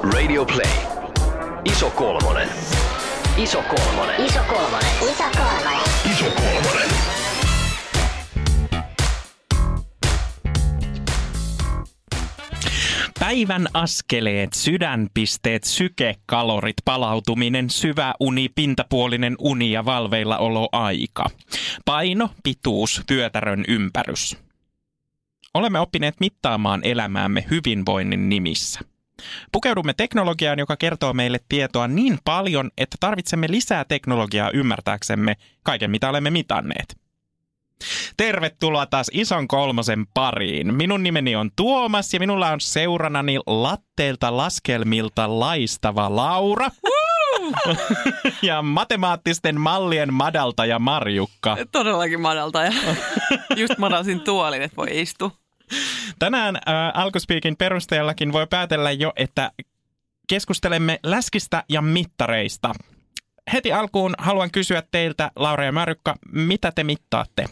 Radio Play. Iso kolmonen. Iso kolmonen. Iso kolmonen. Iso kolmonen. Iso kolmonen. Päivän askeleet, sydänpisteet, sykekalorit, palautuminen, syvä uni, pintapuolinen uni ja valveillaoloaika. Paino, pituus, työtärön ympärys. Olemme oppineet mittaamaan elämäämme hyvinvoinnin nimissä. Pukeudumme teknologiaan, joka kertoo meille tietoa niin paljon, että tarvitsemme lisää teknologiaa ymmärtääksemme kaiken, mitä olemme mitanneet. Tervetuloa taas Ison kolmosen pariin. Minun nimeni on Tuomas ja minulla on seuranani latteilta laskelmilta laistava Laura. Ja matemaattisten mallien madaltaja Marjukka. Todellakin madaltaja. Just madalsin tuolin, että voi istua. Tänään Alkuspiikin perusteellakin voi päätellä jo, että keskustelemme läskistä ja mittareista. Heti alkuun haluan kysyä teiltä, Laura ja Marjukka, mitä te mittaatte?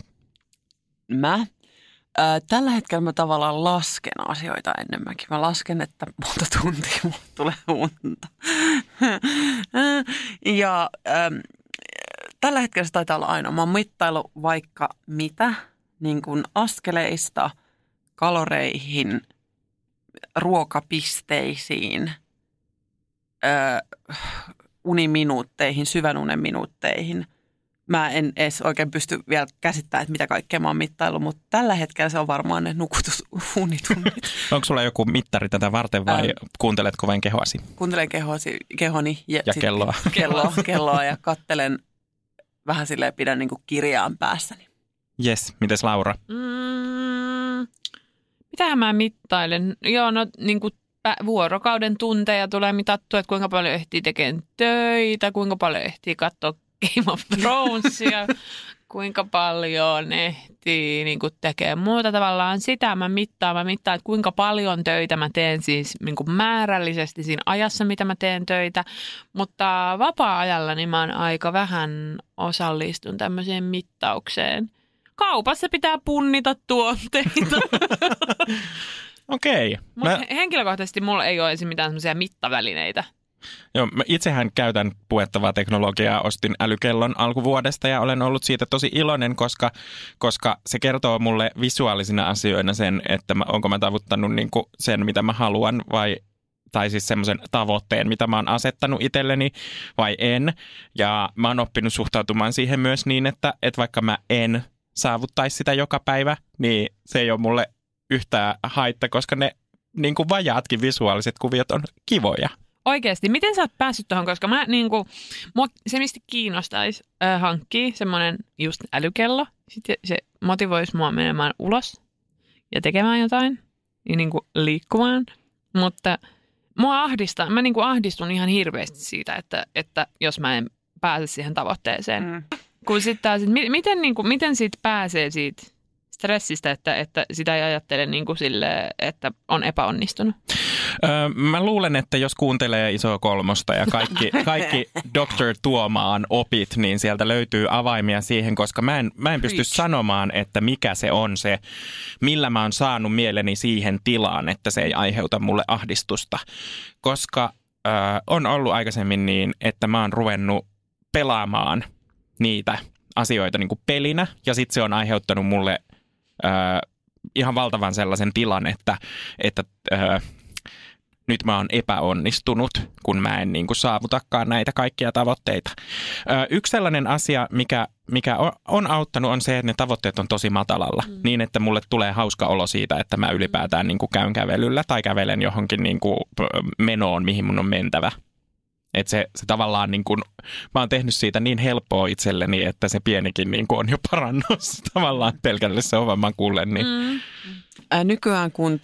Tällä hetkellä mä tavallaan lasken asioita enemmänkin. Mä lasken, että monta tuntia mulle tulee unta. Ja tällä hetkellä se taitaa olla ainoa. Mä oon mittaillut vaikka mitä, niin kuin askeleista, kaloreihin, ruokapisteisiin, uniminuutteihin, syvän unen minuutteihin. Mä en edes oikein pysty vielä käsittämään, että mitä kaikkea mä oon mittaillut, mutta tällä hetkellä se on varmaan ne nukutusunitunnit. Onko sulla joku mittari tätä varten vai kuunteletko vain kehoasi? Kuuntelen kehoni ja kelloa ja kattelen vähän silleen, pidän niin kuin kirjaan päässäni. Jes, mites Laura? Mitähän mä mittailen? Joo, no niin kuin vuorokauden tunteja tulee mitattua, että kuinka paljon ehtii tekemään töitä, kuinka paljon ehtii katsoa Game of Thronesia, kuinka paljon ehtii niin kuin tekee muuta tavallaan. Sitä mä mittaan, että kuinka paljon töitä mä teen siis niin kuin määrällisesti siinä ajassa, mitä mä teen töitä. Mutta vapaa-ajalla niin mä oon aika vähän osallistun tämmöiseen mittaukseen. Kaupassa pitää punnita tuotteita. Okei. Henkilökohtaisesti mulla ei ole edes mitään semmoisia mittavälineitä. Joo, mä itsehän käytän puettavaa teknologiaa, ostin älykellon alkuvuodesta ja olen ollut siitä tosi iloinen, koska se kertoo mulle visuaalisina asioina sen, että onko mä tavoittanut niin kuin sen, mitä mä haluan tai siis semmoisen tavoitteen, mitä mä oon asettanut itselleni vai en. Ja mä oon oppinut suhtautumaan siihen myös niin, että vaikka mä en saavuttaisi sitä joka päivä, niin se ei ole mulle yhtään haitta, koska ne niin kuin vajaatkin visuaaliset kuviot on kivoja. Oikeasti, miten sä oot päässyt tuohon, koska mä niinku, se mistä kiinnostaisi hankkia semmoinen just älykello, sitten se motivoisi mua menemään ulos ja tekemään jotain ja niinku liikkumaan, mutta mua ahdistaa, mä niinku ahdistun ihan hirveästi siitä, että jos mä en pääse siihen tavoitteeseen. Kun sitten taas, miten siitä pääsee siitä stressistä, että sitä ei ajattele niin kuin sille, että on epäonnistunut? Mä luulen, että jos kuuntelee Isoa kolmosta ja kaikki Dr. Tuomaan opit, niin sieltä löytyy avaimia siihen, koska mä en pysty sanomaan, että mikä se on se, millä mä oon saanut mieleni siihen tilaan, että se ei aiheuta mulle ahdistusta. Koska on ollut aikaisemmin niin, että mä oon ruvennut pelaamaan niitä asioita niin kuin pelinä ja sitten se on aiheuttanut mulle ihan valtavan sellaisen tilan, että nyt mä oon epäonnistunut, kun mä en niin kuin saavutakaan näitä kaikkia tavoitteita. Yksi sellainen asia, mikä on auttanut, on se, että ne tavoitteet on tosi matalalla. Niin, että mulle tulee hauska olo siitä, että mä ylipäätään niin kuin käyn kävelyllä tai kävelen johonkin niin kuin menoon, mihin mun on mentävä. Että se tavallaan niin kuin, mä oon tehnyt siitä niin helppoa itselleni, että se pienikin niin kuin on jo parannus tavallaan pelkälle se ovan makulle. Niin. Nykyään kun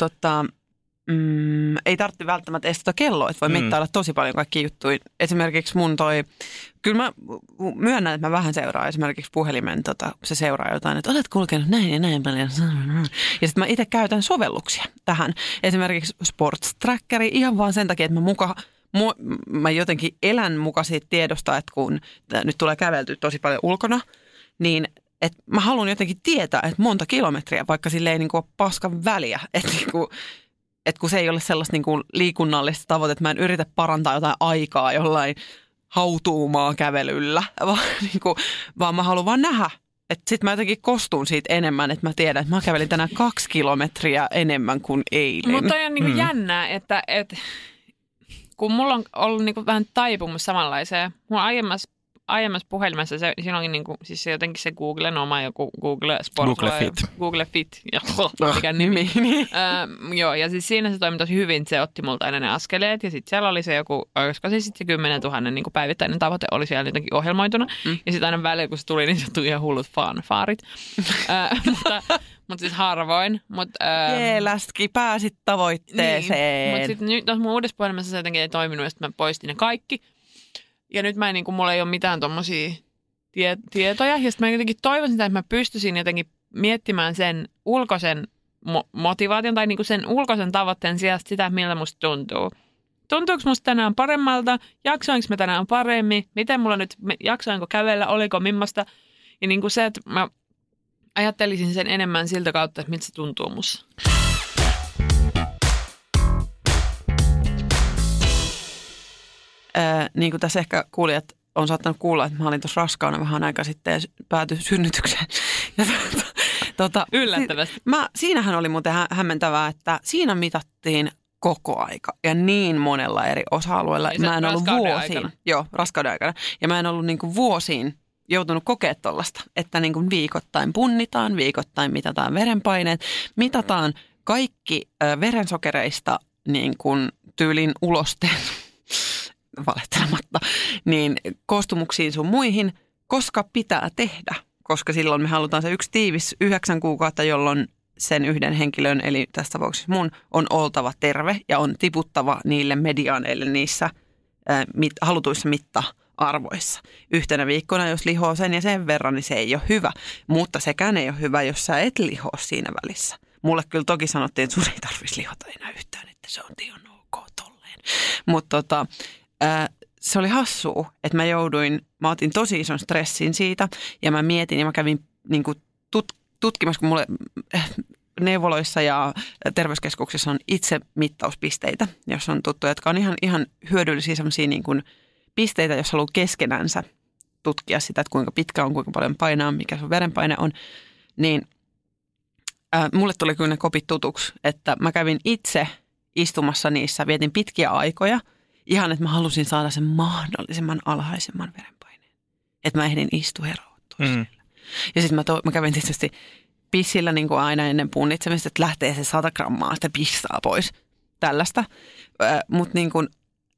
ei tarvitse välttämättä edes kelloa, että voi mittailla tosi paljon kaikkia juttuja. Esimerkiksi kyllä mä myönnän, että mä vähän seuraan esimerkiksi puhelimen, se seuraa jotain, että olet kulkenut näin ja näin paljon. Ja sitten mä itse käytän sovelluksia tähän. Esimerkiksi Sports Trackeri ihan vaan sen takia, että mä jotenkin elän muka siitä tiedosta, että kun nyt tulee käveltyä tosi paljon ulkona, niin että mä haluan jotenkin tietää, että monta kilometriä, vaikka sille ei niin kuin ole paskan väliä. Että niin kuin, että kun se ei ole sellaista niin kuin liikunnallista tavoitetta, mä en yritä parantaa jotain aikaa jollain hautuumaa kävelyllä, vaan mä haluan vaan nähdä. Että sit mä jotenkin kostun siitä enemmän, että mä tiedän, että mä kävelin tänään 2 kilometriä enemmän kuin eilen. Mutta on niin kuin jännää, että kun mulla on ollut niin kuin vähän taipumus samanlaiseen. Mulla aiemmassa puhelimessa siinä onkin niin kuin, siis se jotenkin se Googlen oma joku Google Fit. Mikä nimi. Joo, ja siis siinä se toimi tosi hyvin, se otti multa aina ne askeleet ja sitten siellä oli se joku, olisiko siis sitten se 10 000 niin kuin päivittäinen tavoite oli siellä jotenkin ohjelmoituna. Ja sitten aina välillä, kun se tuli, niin se tuli ihan hullut fanfaarit. Mutta siis harvoin. Läski, pääsit tavoitteeseen. Mutta sitten nyt tuossa mun uudessa puhelimessa se jotenkin ei toiminut ja sitten mä poistin ne kaikki. Ja nyt mä en, niin kuin, mulla ei ole mitään tommosia tietoja. Ja sitten mä jotenkin toivoisin sitä, että mä pystyisin jotenkin miettimään sen ulkoisen motivaation tai niin kuin sen ulkoisen tavoitteen sijasta sitä, miltä musta tuntuu. Tuntuuko musta tänään paremmalta? Jaksoinko mä tänään paremmin? Miten mulla nyt, jaksoinko kävellä? Oliko millaista? Ja niin kuin se, että mä ajattelisin sen enemmän siltä kautta, että miltä se tuntuu musta. Niin kuin tässä ehkä kuulijat on saattanut kuulla, että mä olin tuossa raskaana vähän aikaa sitten ja päätyin synnytykseen. Yllättävästi. Siinähän oli muuten hämmentävää, että siinä mitattiin koko aika ja niin monella eri osa-alueella. Mä en ollut vuosiin. Joo, raskauden aikana. Ja mä en ollut niin kuin vuosiin joutunut kokea tuollaista, että niin kuin viikoittain punnitaan, viikoittain mitataan verenpaineet, mitataan kaikki verensokereista niin kuin tyylin ulosteen valettelematta, niin koostumuksiin sun muihin, koska pitää tehdä. Koska silloin me halutaan se yksi tiivis 9 kuukautta, jolloin sen yhden henkilön, eli tässä tapauksessa mun, on oltava terve ja on tiputtava niille mediaaneille niissä halutuissa mitta-arvoissa. Yhtenä viikkona, jos lihoo sen ja sen verran, niin se ei ole hyvä. Mutta sekään ei ole hyvä, jos sä et lihoa siinä välissä. Mulle kyllä toki sanottiin, että sun ei tarvitsisi lihota enää yhtään, että se on ihan ok tolleen. Mutta se oli hassua, että mä otin tosi ison stressin siitä ja mä mietin ja mä kävin niin kuin tutkimassa, kun mulle neuvoloissa ja terveyskeskuksissa on itse mittauspisteitä, jos on tuttuja, jotka on ihan hyödyllisiä sellaisia niin kuin pisteitä, jos haluaa keskenänsä tutkia sitä, että kuinka pitkä on, kuinka paljon painaa, mikä sun verenpaine on, niin mulle tuli kyllä ne kopit tutuksi, että mä kävin itse istumassa niissä, vietin pitkiä aikoja, ihan, että mä halusin saada sen mahdollisimman alhaisemman verenpaineen. Että mä ehdin istua ja rauhoittua. Ja sitten mä kävin tietysti pissillä niin kuin aina ennen punnitsemista, että lähtee se 100 grammaa, että pissaa pois. Tällaista. Mutta niin kuin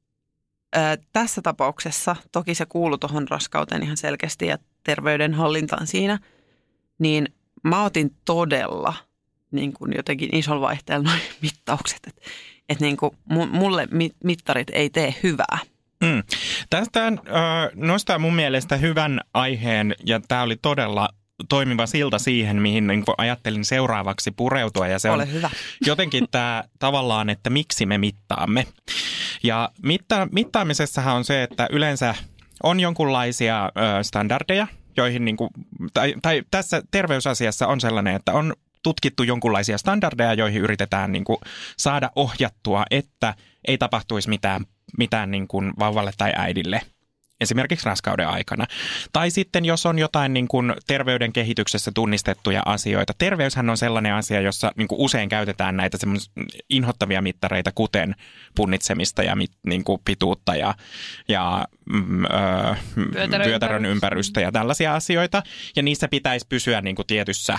tässä tapauksessa, toki se kuului tuohon raskauteen ihan selkeästi ja terveydenhallintaan siinä, niin mä otin todella niin kuin jotenkin isolla vaihteella noin mittaukset, että niin kuin mulle mittarit ei tee hyvää. Tästä nostaa mun mielestä hyvän aiheen ja tämä oli todella toimiva silta siihen, mihin niin ajattelin seuraavaksi pureutua. Ja se on hyvä. Jotenkin tämä tavallaan, että miksi me mittaamme. Ja mittaamisessahan on se, että yleensä on jonkunlaisia standardeja, joihin niin kuin, tai tässä terveysasiassa on sellainen, että on tutkittu jonkunlaisia standardeja, joihin yritetään niin kuin saada ohjattua, että ei tapahtuisi mitään niin kuin vauvalle tai äidille, esimerkiksi raskauden aikana. Tai sitten, jos on jotain niin kuin terveyden kehityksessä tunnistettuja asioita. Terveyshän on sellainen asia, jossa niin kuin usein käytetään näitä inhottavia mittareita, kuten punnitsemista ja niin kuin pituutta ja vyötärön ympärystä ja tällaisia asioita. Ja niissä pitäisi pysyä niin kuin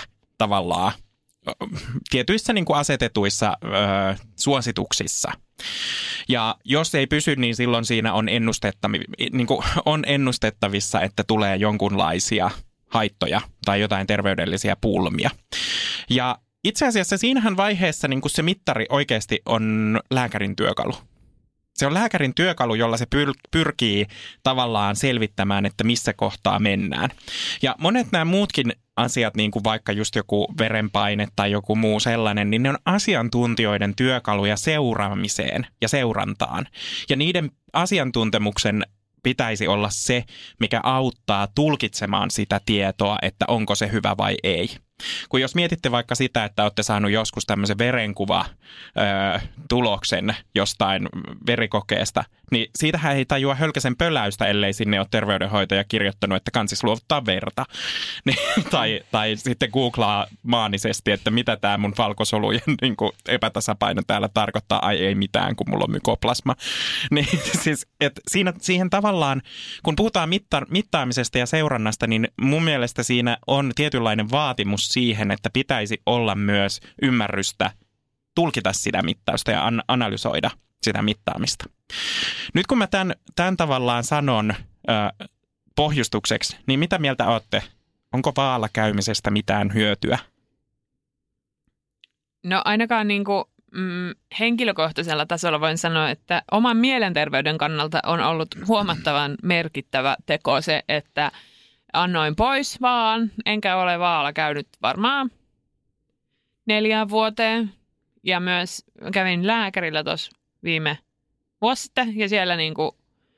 tietyissä niin kuin asetetuissa suosituksissa. Ja jos ei pysy, niin silloin siinä on ennustettavissa, että tulee jonkunlaisia haittoja tai jotain terveydellisiä pulmia. Ja itse asiassa siinähän vaiheessa niin kuin se mittari oikeasti on lääkärin työkalu. Se on lääkärin työkalu, jolla se pyrkii tavallaan selvittämään, että missä kohtaa mennään. Ja monet nämä muutkin asiat, niin kuin vaikka just joku verenpaine tai joku muu sellainen, niin ne on asiantuntijoiden työkaluja seuraamiseen ja seurantaan. Ja niiden asiantuntemuksen pitäisi olla se, mikä auttaa tulkitsemaan sitä tietoa, että onko se hyvä vai ei. Kun jos mietitte vaikka sitä, että olette saanut joskus tämmöisen verenkuva-tuloksen jostain verikokeesta, niin siitähän ei tajua hölkäsen pöläystä, ellei sinne ole terveydenhoitaja kirjoittanut, että kansis luovuttaa verta. tai sitten googlaa maanisesti, että mitä tämä mun valkosolujen niin kuin epätasapaino täällä tarkoittaa. Ai ei mitään, kun mulla on mykoplasma. Niin siis, että siihen tavallaan, kun puhutaan mittaamisesta ja seurannasta, niin mun mielestä siinä on tietynlainen vaatimus siihen, että pitäisi olla myös ymmärrystä tulkita sitä mittausta ja analysoida sitä mittaamista. Nyt kun mä tämän tavallaan sanon pohjustukseksi, niin mitä mieltä olette? Onko vaalla käymisestä mitään hyötyä? No ainakaan niin kuin, henkilökohtaisella tasolla voin sanoa, että oman mielenterveyden kannalta on ollut huomattavan merkittävä teko se, että annoin pois vaan, enkä ole vaalla käynyt varmaan 4 vuoteen. Ja myös kävin lääkärillä tuossa viime vuosi sitten ja siellä niinku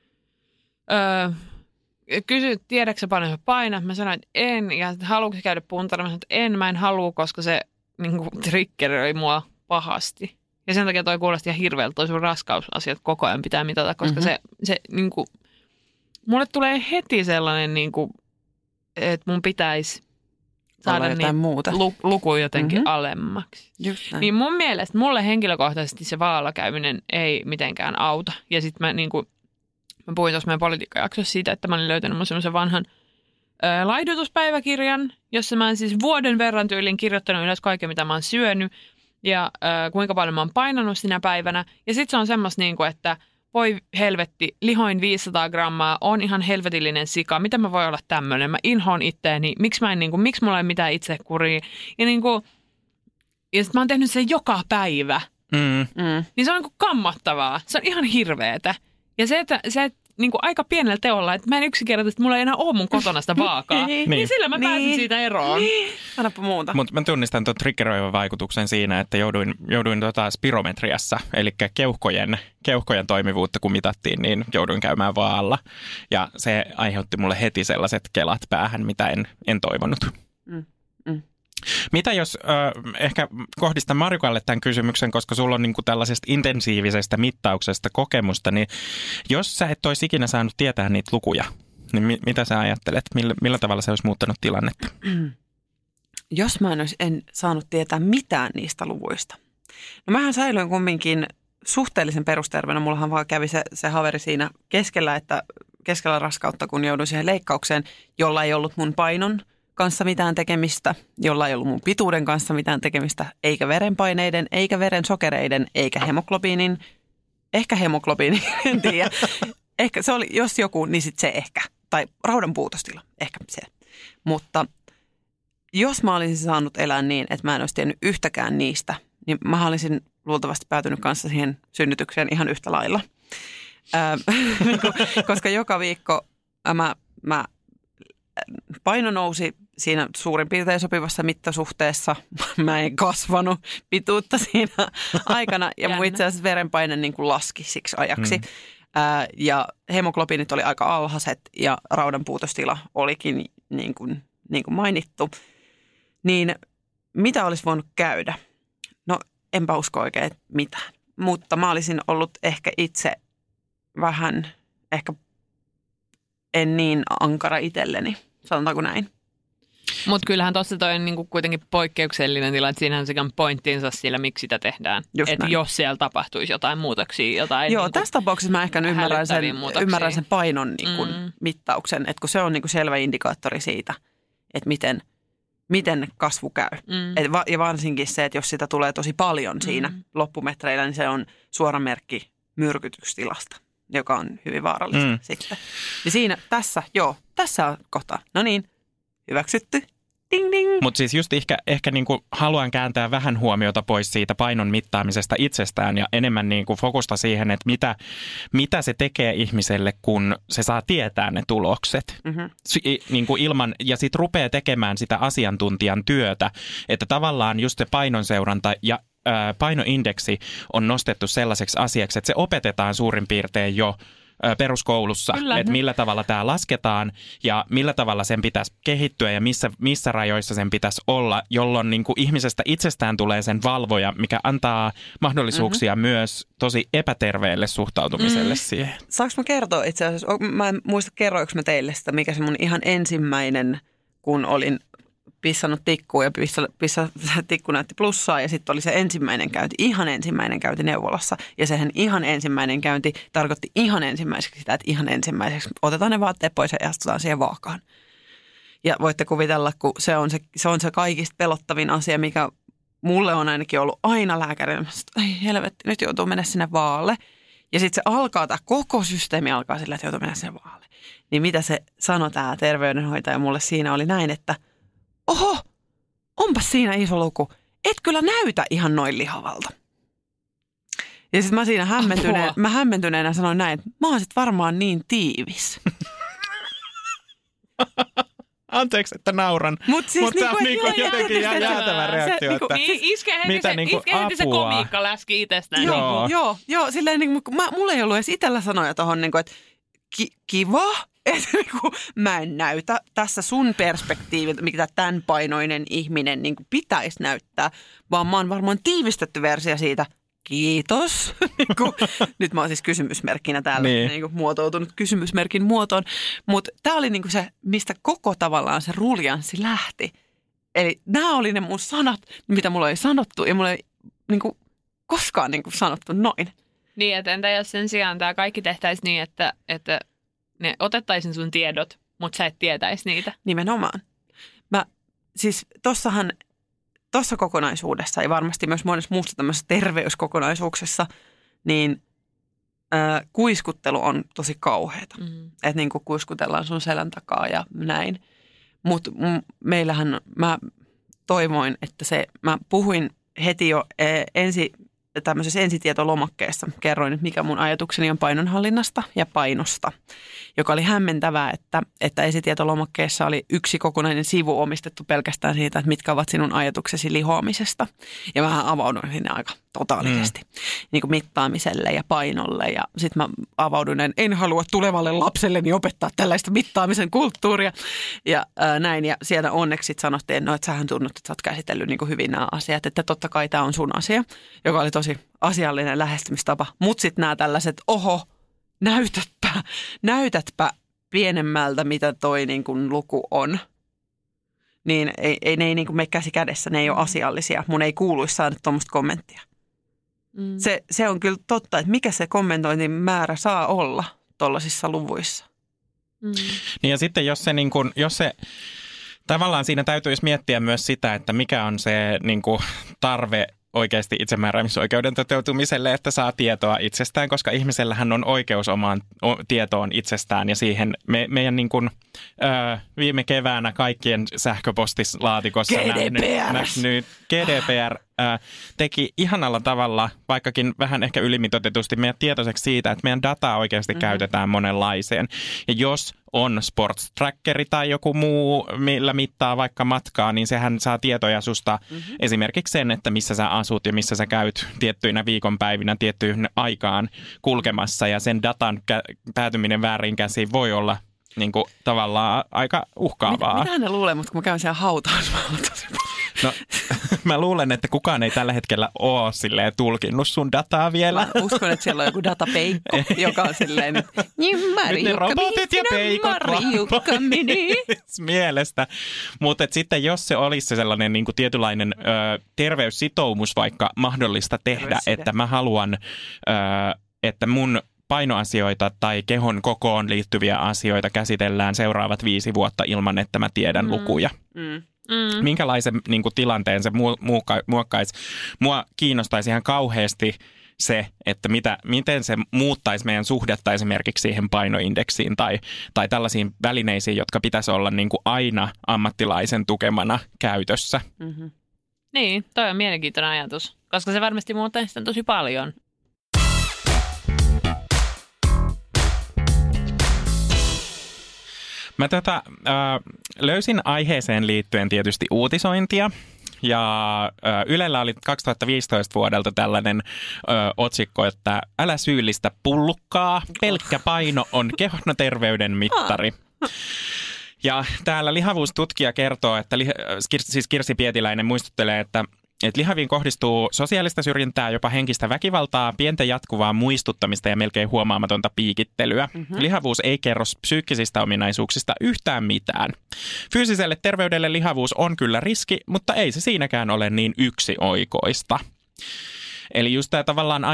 kysyin, tiedätkö sä paljon painat? Mä sanoin, että en. Ja haluatko käydä puntana? Mä sanoin, että mä en halua, koska se niinku triggeröi mua pahasti. Ja sen takia toi kuulosti ihan hirveältä, toi sun raskausasiat koko ajan pitää mitata, koska se niinku, mulle tulee heti sellainen niinku, että mun pitäisi saada luku jotenkin alemmaksi. Niin mun mielestä mulle henkilökohtaisesti se vaalla käyminen ei mitenkään auta. Ja sitten mä puhuin tuossa meidän politiikkajaksossa siitä, että mä olin löytänyt mun semmoisen vanhan laihdutuspäiväkirjan, jossa mä oon siis vuoden verran tyylin kirjoittanut ylös kaiken, mitä mä oon syönyt ja kuinka paljon mä oon painanut sinä päivänä. Ja sitten se on semmoista että voi helvetti, lihoin 500 grammaa, on ihan helvetillinen sika. Mitä mä voi olla tämmöinen? Mä inhoon itteeni. Miksi mulla ei mitään itsekuria? Ja sit mä oon tehnyt sen joka päivä. Niin se on kammottavaa. Se on ihan hirveetä. Ja se, että aika pienellä teolla, että mä en yksinkertaisesti, mulla ei enää ole mun kotona sitä vaakaa. niin sillä mä pääsin siitä eroon. Annapa muuta. Mutta mä tunnistan tuon triggeroivan vaikutuksen siinä, että jouduin spirometriassa, eli keuhkojen toimivuutta kun mitattiin, niin jouduin käymään vaalla. Ja se aiheutti mulle heti sellaiset kelat päähän, mitä en toivonut. Mitä jos, ehkä kohdistan Marjukalle tämän kysymyksen, koska sulla on niin kuin tällaisesta intensiivisestä mittauksesta kokemusta, niin jos sä et olisi ikinä saanut tietää niitä lukuja, niin mitä sä ajattelet? Millä tavalla se olisi muuttanut tilannetta? Jos mä en saanut tietää mitään niistä luvuista. No mähän säilyin kumminkin suhteellisen perusterveenä. Mullahan vaan kävi se haveri siinä keskellä raskautta, kun jouduin siihen leikkaukseen, jolla ei ollut mun painon kanssa mitään tekemistä, jolla ei ollut mun pituuden kanssa mitään tekemistä, eikä verenpaineiden, eikä verensokereiden, eikä hemoglobiinin. Ehkä hemoglobiini, en tiedä. Ehkä se oli, jos joku, niin sitten se ehkä. Tai raudan puutostila, ehkä se. Mutta jos mä olisin saanut elää niin, että mä en olisi tiennyt yhtäkään niistä, niin mä olisin luultavasti päätynyt kanssa siihen synnytykseen ihan yhtä lailla. Koska joka viikko mä paino nousi siinä suurin piirtein sopivassa mittasuhteessa. Mä en kasvanut pituutta siinä aikana ja mun itse asiassa verenpaine niin kuin laski siksi ajaksi. Ja hemoglobiinit oli aika alhaiset ja raudanpuutostila olikin niin kuin mainittu. Niin mitä olisi voinut käydä? No enpä usko oikein mitään. Mutta mä olisin ollut ehkä itse vähän, ehkä en niin ankara itselleni, sanotaanko näin. Mutta kyllähän tuossa toi on niinku kuitenkin poikkeuksellinen tila, että siinähän on sekä pointtinsa sillä, miksi sitä tehdään. Että jos siellä tapahtuisi jotain muutoksia, jotain. Joo, tässä tapauksessa mä ehkä ymmärrän sen painon niinku mittauksen, että kun se on niinku selvä indikaattori siitä, että miten kasvu käy. Ja varsinkin se, että jos sitä tulee tosi paljon siinä loppumetreillä, niin se on suora merkki myrkytystilasta, joka on hyvin vaarallista sitten. Ja siinä, tässä on kohta. No niin, hyväksytty. Ding, ding. Mutta siis just ehkä niinku haluan kääntää vähän huomiota pois siitä painon mittaamisesta itsestään ja enemmän niinku fokusta siihen, että mitä se tekee ihmiselle, kun se saa tietää ne tulokset. Niinku ilman, ja sitten rupeaa tekemään sitä asiantuntijan työtä, että tavallaan just se painonseuranta ja painoindeksi on nostettu sellaiseksi asiaksi, että se opetetaan suurin piirtein jo peruskoulussa, että millä tavalla tämä lasketaan ja millä tavalla sen pitäisi kehittyä ja missä rajoissa sen pitäisi olla, jolloin niin kuin ihmisestä itsestään tulee sen valvoja, mikä antaa mahdollisuuksia myös tosi epäterveelle suhtautumiselle siihen. Saanko mä kertoa itse asiassa, mä en muista kerroinko mä teille sitä, mikä se mun ihan ensimmäinen, kun olin pissannut tikkuun ja tikku näytti plussaa ja sitten oli se ihan ensimmäinen käynti neuvolassa. Ja sehän ihan ensimmäinen käynti tarkoitti ihan ensimmäiseksi sitä, että ihan ensimmäiseksi otetaan ne vaatteet pois ja astutaan siihen vaakaan. Ja voitte kuvitella, kun se on se kaikista pelottavin asia, mikä mulle on ainakin ollut aina lääkärillä. Ai helvetti, nyt joutuu mennä sinne vaalle. Ja sitten se alkaa, tämä koko systeemi alkaa sillä, että joutuu mennä sinne vaalle. Niin mitä se sanoi tämä terveydenhoitaja mulle siinä oli näin, että oho, onpas siinä iso luku. Et kyllä näytä ihan noin lihavalta. Ja sitten mä siinä hämmentyneenä sanoin näin, että mä oon sit varmaan niin tiivis. Anteeksi, että nauran. Mutta siis tämä on jotenkin jäätävä reaktio. Iskee heti se komiikkaläski itsestään. Joo, silleen mulla ei ollut edes itsellä sanoja tohon, että kiva. Että mä en näytä tässä sun perspektiiviltä, mitä tämän painoinen ihminen pitäisi näyttää, vaan mä oon varmaan tiivistetty versio siitä. Kiitos. Nyt mä oon siis kysymysmerkkinä täällä muotoutunut kysymysmerkin muotoon. Mutta tää oli se, mistä koko tavallaan se ruljanssi lähti. Eli nämä oli ne mun sanat, mitä mulla ei sanottu ja mulla ei koskaan sanottu noin. Niin, että entä jos sen sijaan tämä kaikki tehtäisiin niin, että ne otettaisiin sun tiedot, mutta sä et tietäisi niitä. Nimenomaan. Siis tuossa kokonaisuudessa ja varmasti myös monessa muussa tämmöisessä terveyskokonaisuuksessa, niin kuiskuttelu on tosi kauheata. Että kuiskutellaan sun selän takaa ja näin. Mutta meillähän mä toivoin, että mä puhuin heti jo tämmöisessä ensitietolomakkeessa kerroin, että mikä mun ajatukseni on painonhallinnasta ja painosta, joka oli hämmentävää, että esitietolomakkeessa oli yksi kokonainen sivu omistettu pelkästään siitä, että mitkä ovat sinun ajatuksesi lihoamisesta. Ja vähän avauduin sinne aika totaalisesti mittaamiselle ja painolle. Ja sitten mä avauduin, en halua tulevalle lapselleni opettaa tällaista mittaamisen kulttuuria ja näin. Ja sieltä onneksi sitten sanottiin, että sähän tunnut, että sä oot käsitellyt hyvin nämä asiat, että totta kai tämä on sun asia, joka oli tosi asiallinen lähestymistapa. Mutta sitten nämä tällaiset, oho, näytätpä pienemmältä, mitä toi luku on. Niin ei ne ei mene käsi kädessä, ne ei ole asiallisia. Mun ei kuuluisi saada tuommoista kommenttia. Se on kyllä totta, että mikä se kommentointin määrä saa olla tuollaisissa luvuissa. Niin ja sitten jos se tavallaan siinä täytyisi miettiä myös sitä, että mikä on se tarve oikeasti itsemääräämisoikeuden toteutumiselle, että saa tietoa itsestään, koska ihmisellähän on oikeus omaan tietoon itsestään ja siihen meidän viime keväänä kaikkien sähköpostilaatikossa nähnyt GDPR teki ihanalla tavalla, vaikkakin vähän ehkä ylimitoitetusti meidän tietoiseksi siitä, että meidän dataa oikeasti käytetään monenlaiseen. Ja jos on sports trackeri tai joku muu, millä mittaa vaikka matkaa, niin sehän saa tietoja susta esimerkiksi sen, että missä sä asut ja missä sä käyt tiettyinä viikonpäivinä tiettyyn aikaan kulkemassa ja sen datan päätyminen väärin käsiin voi olla tavallaan aika uhkaavaa. Mitä ne luulee, mutta kun mä käyn siellä hautausmaalla tosi No, mä luulen, että kukaan ei tällä hetkellä ole silleen tulkinnut sun dataa vielä. Mä uskon, että siellä on joku datapeikko, joka on silleen, nyt ne robotit ja peikot mielestä. Mutta sitten jos se olisi se sellainen tietynlainen terveyssitoumus vaikka mahdollista tehdä, että mä haluan, että mun painoasioita tai kehon kokoon liittyviä asioita käsitellään seuraavat 5 vuotta ilman, että mä tiedän lukuja. Minkälaisen tilanteen se muokkaisi? Mua kiinnostaisi ihan kauheasti se, että miten se muuttaisi meidän suhdetta esimerkiksi siihen painoindeksiin tai tällaisiin välineisiin, jotka pitäisi olla aina ammattilaisen tukemana käytössä. Niin, toi on mielenkiintoinen ajatus, koska se varmasti muuttaisi sitä tosi paljon. Mä löysin aiheeseen liittyen tietysti uutisointia Ja Ylellä oli 2015 vuodelta tällainen otsikko, että älä syyllistä pullukkaa, pelkkä paino on kehonterveyden mittari. Ja täällä lihavuustutkija kertoo, että siis Kirsi Pietiläinen muistuttelee, että lihaviin kohdistuu sosiaalista syrjintää, jopa henkistä väkivaltaa, pientä jatkuvaa muistuttamista ja melkein huomaamatonta piikittelyä. Lihavuus ei kerro psyykkisistä ominaisuuksista yhtään mitään. Fyysiselle terveydelle lihavuus on kyllä riski, mutta ei se siinäkään ole niin yksioikoista. Eli just tämä tavallaan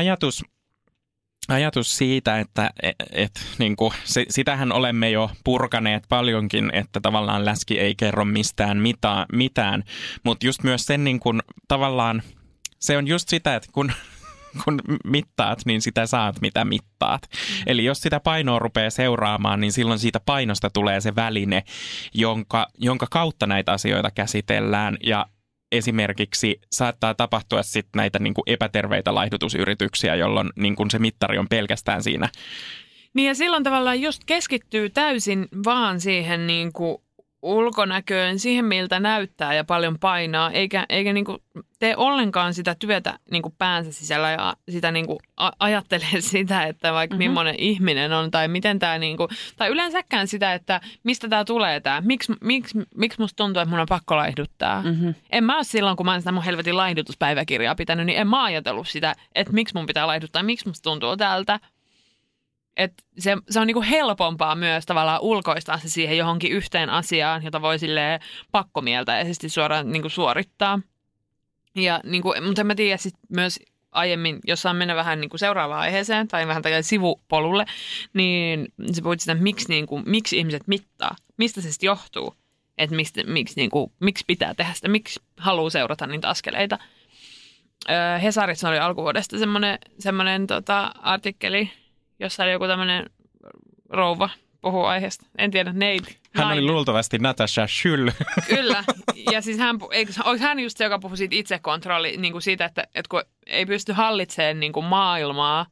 ajatus siitä, että niin kuin, sitähän olemme jo purkaneet paljonkin, että tavallaan läski ei kerro mistään mitään, mutta just myös sen niin kuin, tavallaan, se on just sitä, että kun mittaat, niin sitä saat mitä mittaat. Eli jos sitä painoa rupeaa seuraamaan, niin silloin siitä painosta tulee se väline, jonka kautta näitä asioita käsitellään ja esimerkiksi saattaa tapahtua sitten näitä niin kuin epäterveitä laihdutusyrityksiä, jolloin niin kuin se mittari on pelkästään siinä. Niin ja silloin tavallaan just keskittyy täysin vaan siihen niin kuin ulkonäköön, siihen miltä näyttää ja paljon painaa, eikä niin kuin tee ollenkaan sitä työtä niin kuin päänsä sisällä ja sitä niin kuin ajattelee sitä, että vaikka millainen ihminen on tai miten tämä niin kuin, tai yleensäkään sitä, että mistä tämä tulee tämä, miksi musta tuntuu, että mun on pakko laihduttaa. En mä ole silloin, kun mä oon sitä mun helvetin laihdutuspäiväkirjaa pitänyt, niin en mä ajatellut sitä, että miksi mun pitää laihduttaa, miksi musta tuntuu tältä. Että se on niinku helpompaa myös tavallaan ulkoistaa se siihen johonkin yhteen asiaan, jota voi silleen pakkomieltäisesti suoraan niinku suorittaa. Ja niinku, mutta en mä tiedä sit myös aiemmin, jos saan mennä vähän niinku seuraavaan aiheeseen tai vähän tällä sivupolulle, niin se puhuit sitä, miksi ihmiset mittaa, mistä se sitten johtuu, että miksi pitää tehdä sitä, miksi haluaa seurata niitä askeleita. Hesarissa oli alkuvuodesta semmoinen artikkeli, jossa oli joku tämmöinen rouva puhuu aiheesta. En tiedä, neiti. Hän oli luultavasti Natasha Schull. Kyllä. Ja siis olisi hän just se, joka puhui siitä itsekontrolli, niin kuin siitä, että kun ei pysty hallitsemaan niin kuin maailmaa,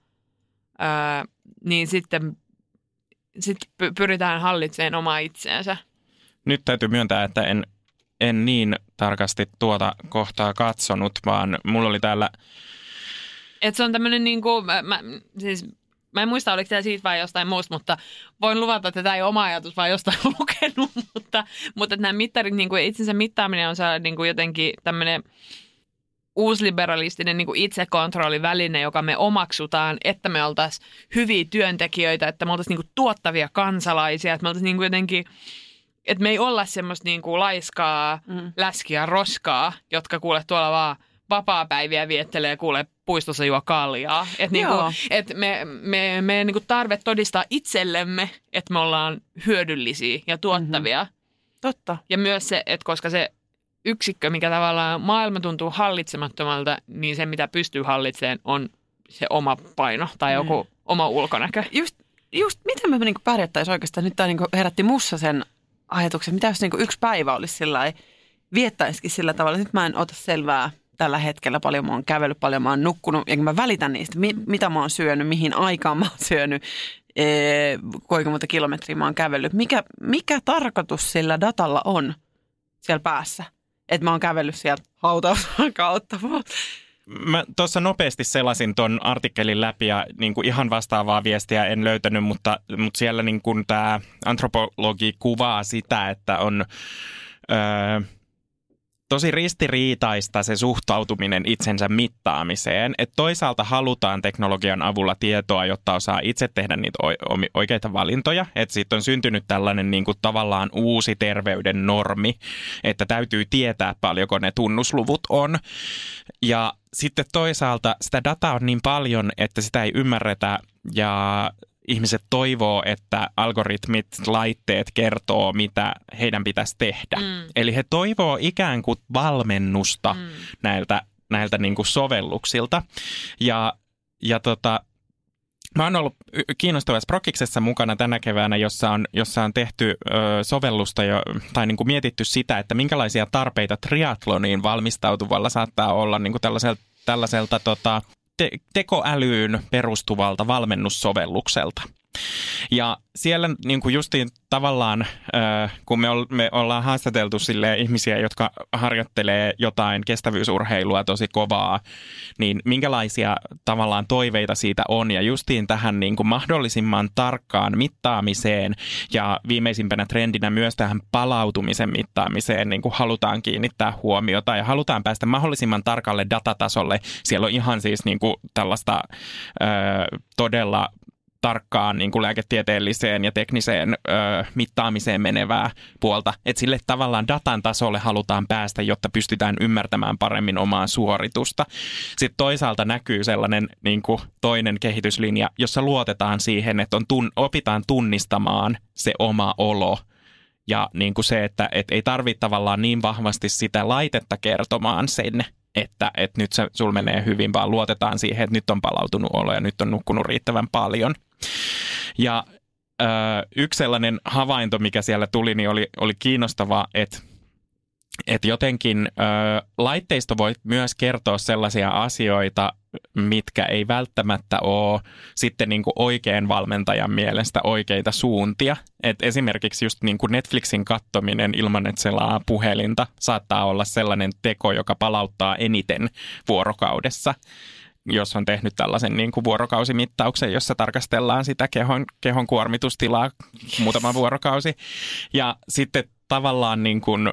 niin sitten pyritään hallitsemaan omaa itseänsä. Nyt täytyy myöntää, että en niin tarkasti tuota kohtaa katsonut, vaan mulla oli täällä... Että se on tämmöinen niin kuin, mä en muista, oliko tämä siitä vai jostain muusta, mutta voin luvata, että tämä ei ole oma ajatus, vaan jostain lukenut. Mutta nämä mittarit, niin kuin itsensä mittaaminen on sellainen niin kuin jotenkin tämmöinen uusliberalistinen niin kuin itsekontrolliväline, joka me omaksutaan, että me oltaisiin hyviä työntekijöitä, että me oltaisiin niin kuin tuottavia kansalaisia, että me oltaisiin niin kuin jotenkin, että me ei olla semmoista niin kuin laiskaa, läskiä, roskaa, jotka kuule tuolla vaan vapaapäiviä viettelee ja kuule puistossa juo kaljaa. Että niinku, et me niinku tarve todistaa itsellemme, että me ollaan hyödyllisiä ja tuottavia. Totta. Ja myös se, että koska se yksikkö, mikä tavallaan maailma tuntuu hallitsemattomalta, niin se mitä pystyy hallitsemaan on se oma paino tai joku oma ulkonäkö. Just miten me niinku pärjättäisiin oikeastaan? Nyt tämä niinku herätti mussa sen ajatuksen, mitä jos niinku yksi päivä olisi sillä viettäisikin sillä tavalla. Nyt mä en ota selvää tällä hetkellä, paljon mä oon kävellyt, paljon mä oon nukkunut ja mä välitän niistä, mitä mä oon syönyt, mihin aikaan mä oon syönyt, kuinka monta kilometriä mä oon kävellyt. Mikä tarkoitus sillä datalla on siellä päässä? Että mä oon kävellyt sieltä hautausmaan kautta. Mä tuossa nopeasti selasin ton artikkelin läpi ja niin kuin ihan vastaavaa viestiä en löytänyt, mutta siellä niin kuin tämä antropologi kuvaa sitä, että on... tosi ristiriitaista se suhtautuminen itsensä mittaamiseen, että toisaalta halutaan teknologian avulla tietoa, jotta osaa itse tehdä niitä oikeita valintoja, että siitä on syntynyt tällainen niin kuin tavallaan uusi terveyden normi, että täytyy tietää paljonko ne tunnusluvut on ja sitten toisaalta sitä dataa on niin paljon, että sitä ei ymmärretä ja ihmiset toivoo, että algoritmit, laitteet kertoo, mitä heidän pitäisi tehdä. Eli he toivoo ikään kuin valmennusta näiltä niin kuin sovelluksilta. Ja mä oon ollut kiinnostavassa Prokiksessa mukana tänä keväänä, jossa on tehty sovellusta tai niin kuin mietitty sitä, että minkälaisia tarpeita triathloniin valmistautuvalla saattaa olla niin kuin tällaiselta tekoälyyn perustuvalta valmennussovellukselta. Ja siellä niin kuin justiin tavallaan, kun me ollaan haastateltu silleen ihmisiä, jotka harjoittelee jotain kestävyysurheilua tosi kovaa, niin minkälaisia tavallaan toiveita siitä on. Ja justiin tähän niin kuin mahdollisimman tarkkaan mittaamiseen ja viimeisimpänä trendinä myös tähän palautumisen mittaamiseen niin kuin halutaan kiinnittää huomiota ja halutaan päästä mahdollisimman tarkalle datatasolle. Siellä on ihan siis niin kuin tällaista todella tarkkaan niin kuin lääketieteelliseen ja tekniseen mittaamiseen menevää puolta. Että sille tavallaan datan tasolle halutaan päästä, jotta pystytään ymmärtämään paremmin omaa suoritusta. Sitten toisaalta näkyy sellainen niin kuin toinen kehityslinja, jossa luotetaan siihen, että opitaan tunnistamaan se oma olo. Ja niin kuin se, että ei tarvitse tavallaan niin vahvasti sitä laitetta kertomaan sen, että nyt sul menee hyvin, vaan luotetaan siihen, että nyt on palautunut olo ja nyt on nukkunut riittävän paljon. Ja yksi sellainen havainto, mikä siellä tuli, niin oli kiinnostava, että jotenkin laitteisto voi myös kertoa sellaisia asioita, mitkä ei välttämättä ole sitten niin kuin oikean valmentajan mielestä oikeita suuntia. Et esimerkiksi just niin kuin Netflixin katsominen ilman, että selaa puhelinta, saattaa olla sellainen teko, joka palauttaa eniten vuorokaudessa, jos on tehnyt tällaisen niin kuin vuorokausimittauksen, jossa tarkastellaan sitä kehon kuormitustilaa muutama vuorokausi. Ja sitten tavallaan niin kuin,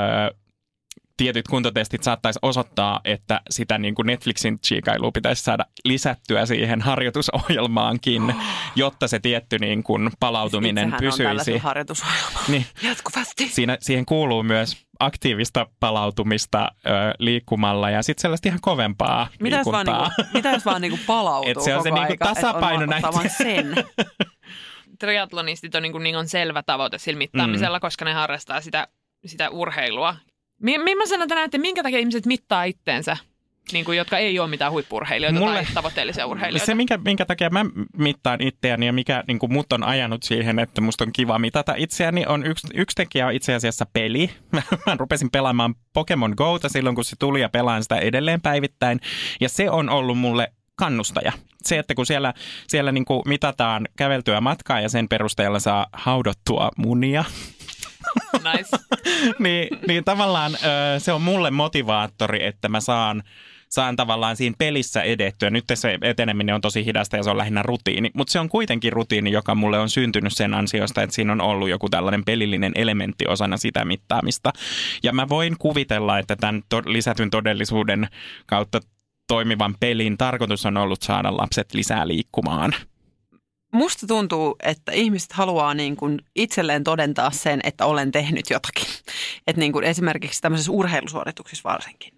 tietyt kuntotestit saattaisi osoittaa, että sitä niin kuin Netflixin chiikailua pitäisi saada lisättyä siihen harjoitusohjelmaankin, jotta se tietty niin kuin palautuminen pysyisi. On tällaisen harjoitusohjelma niin, jatkuvasti. Siihen kuuluu myös aktiivista palautumista liikkumalla ja sitten sellaista ihan kovempaa liikuntaa. Mitä jos vaan niinku palautuu koko se on se niinku tasapaino näitä. Sen. Triatlonistit on niin on selvä tavoite sillä mittaamisella, koska ne harrastaa sitä urheilua. Millaisena te näette, minkä takia ihmiset mittaa itteensä, niin kuin, jotka ei ole mitään huippu-urheilijoita tai tavoitteellisia urheilijoita? Se, minkä takia mä mittaan itseäni ja mikä niin kuin mut on ajanut siihen, että musta on kiva mitata itseäni, on yksi tekijä on itse asiassa peli. Mä rupesin pelaamaan Pokemon Gota silloin, kun se tuli ja pelaan sitä edelleen päivittäin. Ja se on ollut mulle kannustaja. Se, että kun siellä niin kuin mitataan käveltyä matkaa ja sen perusteella saa haudottua munia. Nice. niin tavallaan se on mulle motivaattori, että mä saan tavallaan siinä pelissä edettyä. Nyt se eteneminen on tosi hidasta ja se on lähinnä rutiini, mutta se on kuitenkin rutiini, joka mulle on syntynyt sen ansiosta, että siinä on ollut joku tällainen pelillinen elementti osana sitä mittaamista. Ja mä voin kuvitella, että tämän lisätyn todellisuuden kautta toimivan pelin tarkoitus on ollut saada lapset lisää liikkumaan. Musta tuntuu, että ihmiset haluaa niin kuin itselleen todentaa sen, että olen tehnyt jotakin. Että niin kuin esimerkiksi tämmöisessä urheilusuorituksissa varsinkin.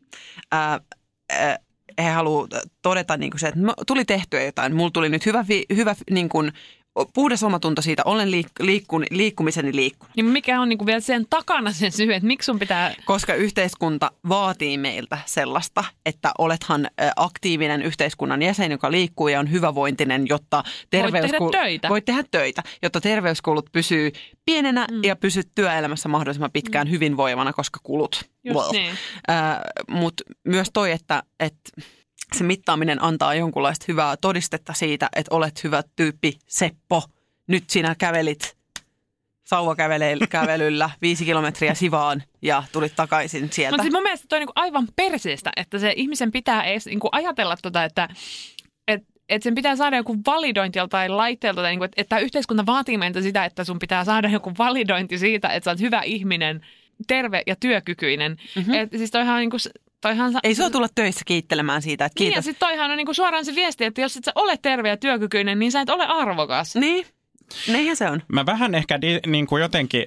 He haluaa todeta niin kuin se, että tuli tehtyä jotain. Mulla tuli nyt hyvä niin kuin puhdas omatunto siitä, olen liikkumiseni liikkunut. Niin mikä on niinku vielä sen takana sen syy, että miksi sun pitää... Koska yhteiskunta vaatii meiltä sellaista, että olethan aktiivinen yhteiskunnan jäsen, joka liikkuu ja on hyvävointinen, jotta voit tehdä töitä, jotta terveyskulut pysyy pienenä ja pysyt työelämässä mahdollisimman pitkään hyvinvoivana, koska kulut. Niin. Mutta myös toi, että se mittaaminen antaa jonkunlaista hyvää todistetta siitä, että olet hyvä tyyppi, Seppo. Nyt sinä kävelit sauvakävelyllä 5 kilometriä Sivaan ja tulit takaisin sieltä. Mutta siis mun mielestä toi on niinku aivan perseestä, että se ihmisen pitää edes niinku ajatella että sen pitää saada joku validointi joltain laitteelta. Tai että yhteiskunta vaatii meiltä sitä, että sun pitää saada joku validointi siitä, että sä oot hyvä ihminen, terve ja työkykyinen. Siis toihan on niinku... Ei se ole tulla töissä kiittelemään siitä, että kiitos. Niin ja sitten toihan on niinku suoraan se viesti, että jos et sä ole terve ja työkykyinen, niin sä et ole arvokas. Niin, niinhän se on. Mä vähän ehkä niin kuin jotenkin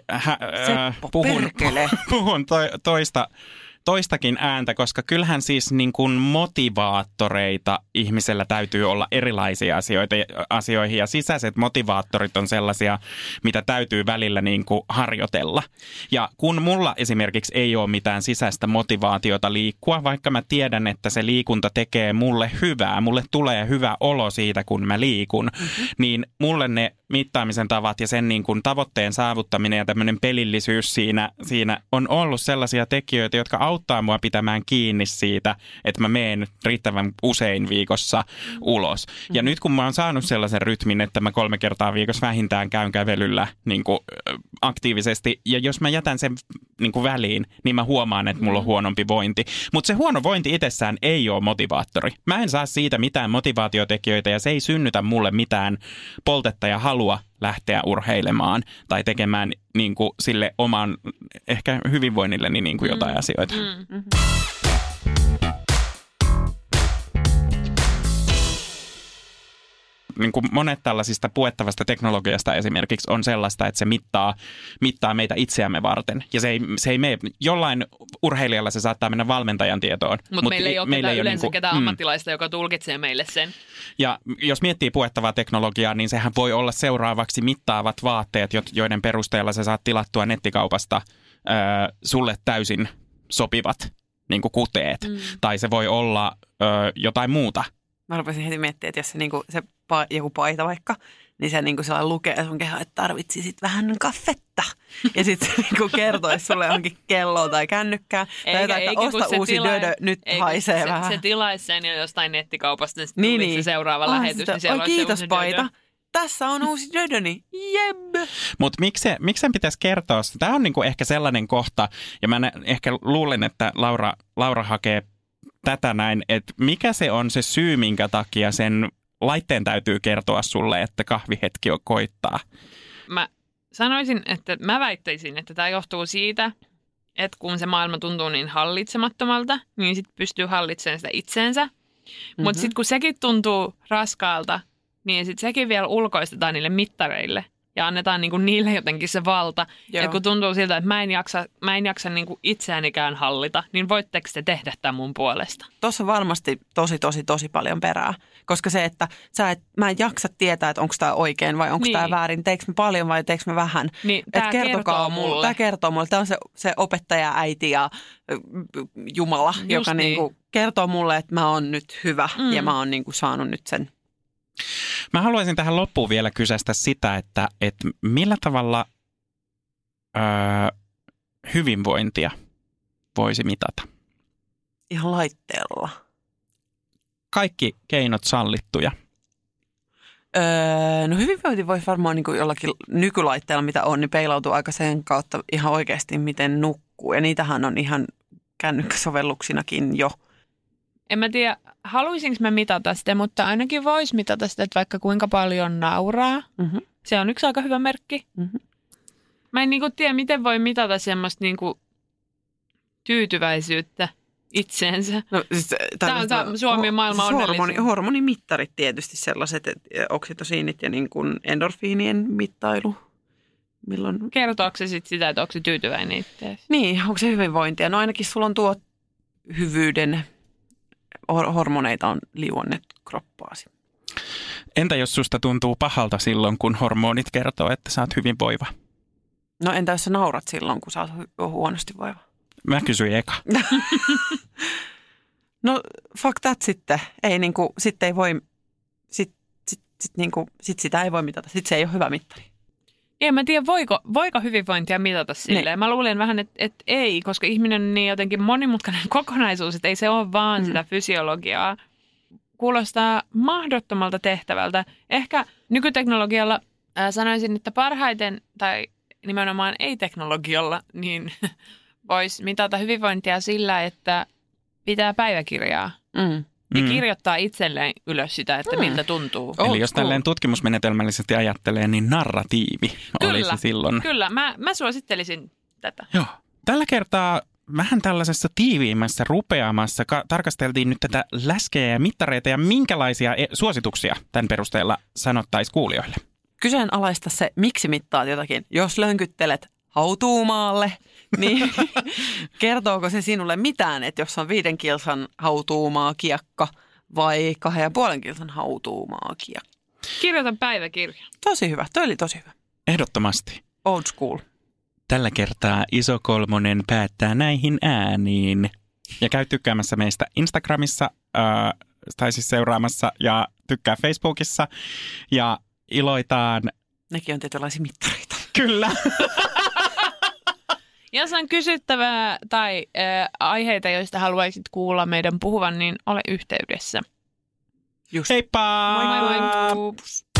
puhun toistakin ääntä, koska kyllähän siis niin kuin motivaattoreita ihmisellä täytyy olla erilaisia asioihin ja sisäiset motivaattorit on sellaisia, mitä täytyy välillä niin kuin harjoitella. Ja kun mulla esimerkiksi ei ole mitään sisäistä motivaatiota liikkua, vaikka mä tiedän, että se liikunta tekee mulle hyvää, mulle tulee hyvä olo siitä, kun mä liikun, niin mulle ne mittaamisen tavat ja sen niin kuin tavoitteen saavuttaminen ja tämmöinen pelillisyys siinä on ollut sellaisia tekijöitä, jotka auttaa mua pitämään kiinni siitä, että mä meen riittävän usein viikossa ulos. Ja nyt kun mä oon saanut sellaisen rytmin, että mä 3 kertaa viikossa vähintään käyn kävelyllä niin kuin aktiivisesti, ja jos mä jätän sen niin kuin väliin, niin mä huomaan, että mulla on huonompi vointi. Mutta se huono vointi itsessään ei ole motivaattori. Mä en saa siitä mitään motivaatiotekijöitä, ja se ei synnytä mulle mitään poltetta ja halua lähteä urheilemaan tai tekemään niin kuin sille oman ehkä hyvinvoinnilleni niin kuin jotain asioita. Niin kuin monet tällaisista puettavasta teknologiasta esimerkiksi on sellaista, että se mittaa meitä itseämme varten. Ja se ei mene, jollain urheilijalla se saattaa mennä valmentajan tietoon. Mutta meillä ei ole yleensä ketään ammattilaista, joka tulkitsee meille sen. Ja jos miettii puettavaa teknologiaa, niin sehän voi olla seuraavaksi mittaavat vaatteet, joiden perusteella sä saat tilattua nettikaupasta sulle täysin sopivat niin kuin kuteet. Tai se voi olla jotain muuta. Mä rupesin heti miettimään, että jos se, niinku, joku paita vaikka, niin se niinku sellainen lukee sun kehoon, että tarvitsisit vähän kaffetta. Ja sitten se niinku kertoisi sulle johonkin kelloa tai kännykkää. Tai jotain, että osta uusi dödö, nyt haisee vähän. Se tilaisi sen jo jostain nettikaupasta, niin sitten tulisi se seuraava lähetys. Niin siellä kiitos paita. Dödö. Tässä on uusi dödöni. Jeb! Mutta miksi sen pitäisi kertoa? Tämä on niinku ehkä sellainen kohta, ja mä ehkä luulen, että Laura hakee tätä näin, että mikä se on se syy, minkä takia sen laitteen täytyy kertoa sulle, että kahvihetki on koittaa? Mä sanoisin, että mä väittäisin, että tämä johtuu siitä, että kun se maailma tuntuu niin hallitsemattomalta, niin sitten pystyy hallitsemaan sitä itseensä. Mutta sitten kun sekin tuntuu raskaalta, niin sitten sekin vielä ulkoistetaan niille mittareille. Ja annetaan niinku niille jotenkin se valta. Joo. Ja kun tuntuu siltä, että mä en jaksa niinku itseäänikään hallita, niin voitteko te tehdä tämän mun puolesta? Tuossa on varmasti tosi paljon perää. Koska se, että mä en jaksa tietää, että onko tämä oikein vai onko tämä väärin. Teekö me paljon vai teekö me vähän? Niin, tämä kertoo mulle. Tämä kertoo mulle. Tämä on se opettaja, äiti ja Jumala, just joka niinku kertoo mulle, että mä oon nyt hyvä ja mä oon niinku saanut nyt sen. Mä haluaisin tähän loppuun vielä kysästä sitä, että millä tavalla hyvinvointia voisi mitata? Ihan laitteella. Kaikki keinot sallittuja. No hyvinvointi voisi varmaan niin kuin jollakin nykylaitteella, mitä on, niin peilautuu aika sen kautta ihan oikeasti, miten nukkuu. Ja niitähän on ihan kännykkäsovelluksinakin jo. En mä tiedä, haluaisinko mä mitata sitä, mutta ainakin voisi mitata sitä, että vaikka kuinka paljon nauraa. Se on yksi aika hyvä merkki. Mä en niinku tiedä, miten voi mitata semmoista niinku tyytyväisyyttä itseensä. No, siis, tämä on Suomen maailman onnellisuus. Hormonimittarit tietysti sellaiset, että oksitosiinit ja niin kuin endorfiinien mittailu. Milloin... Kertooko se sitten sitä, että onko se tyytyväinen itseäsi? Niin, onko se hyvinvointia? No ainakin sulla on tuo hyvyyden... Hormoneita on liuonnettu kroppaasi. Entä jos susta tuntuu pahalta silloin, kun hormonit kertoo, että sä oot hyvinvoiva? No entä jos sä naurat silloin, kun sä oot huonosti voiva? Mä kysyin eka. No fuck that sitten. Ei niinku, sitten ei voi, sit sitä ei voi mitata. Sitten se ei ole hyvä mittari. En mä tiedä, voiko hyvinvointia mitata silleen. Ne. Mä luulen vähän, että ei, koska ihminen on niin jotenkin monimutkainen kokonaisuus, että ei se ole vaan sitä fysiologiaa. Kuulostaa mahdottomalta tehtävältä. Ehkä nykyteknologialla sanoisin, että parhaiten, tai nimenomaan ei-teknologialla, niin voisi mitata hyvinvointia sillä, että pitää päiväkirjaa. Ja kirjoittaa itselleen ylös sitä, että miltä tuntuu. Eli jos tälleen tutkimusmenetelmällisesti ajattelee, niin narratiivi olisi silloin. Kyllä, mä suosittelisin tätä. Joo. Tällä kertaa vähän tällaisessa tiiviimmässä rupeamassa tarkasteltiin nyt tätä läskejä ja mittareita ja minkälaisia suosituksia tämän perusteella sanottaisiin kuulijoille. Kyseenalaista se, miksi mittaat jotakin. Jos lönkyttelet hautuumaalle, niin kertooko se sinulle mitään, että jos on 5 kilsan hautuumaa kiekka vai 2,5 kilsan hautuumaa kiekka? Kirjoitan päiväkirja. Tosi hyvä, toi oli tosi hyvä. Ehdottomasti. Old school. Tällä kertaa Iso Kolmonen päättää näihin ääniin. Ja käy tykkäämässä meistä Instagramissa, tai siis seuraamassa ja tykkää Facebookissa. Ja iloitaan. Nekin on tietynlaisia mittareita. Kyllä. Jos on kysyttävää tai aiheita, joista haluaisit kuulla meidän puhuvan, niin ole yhteydessä. Heippa! Moi moi!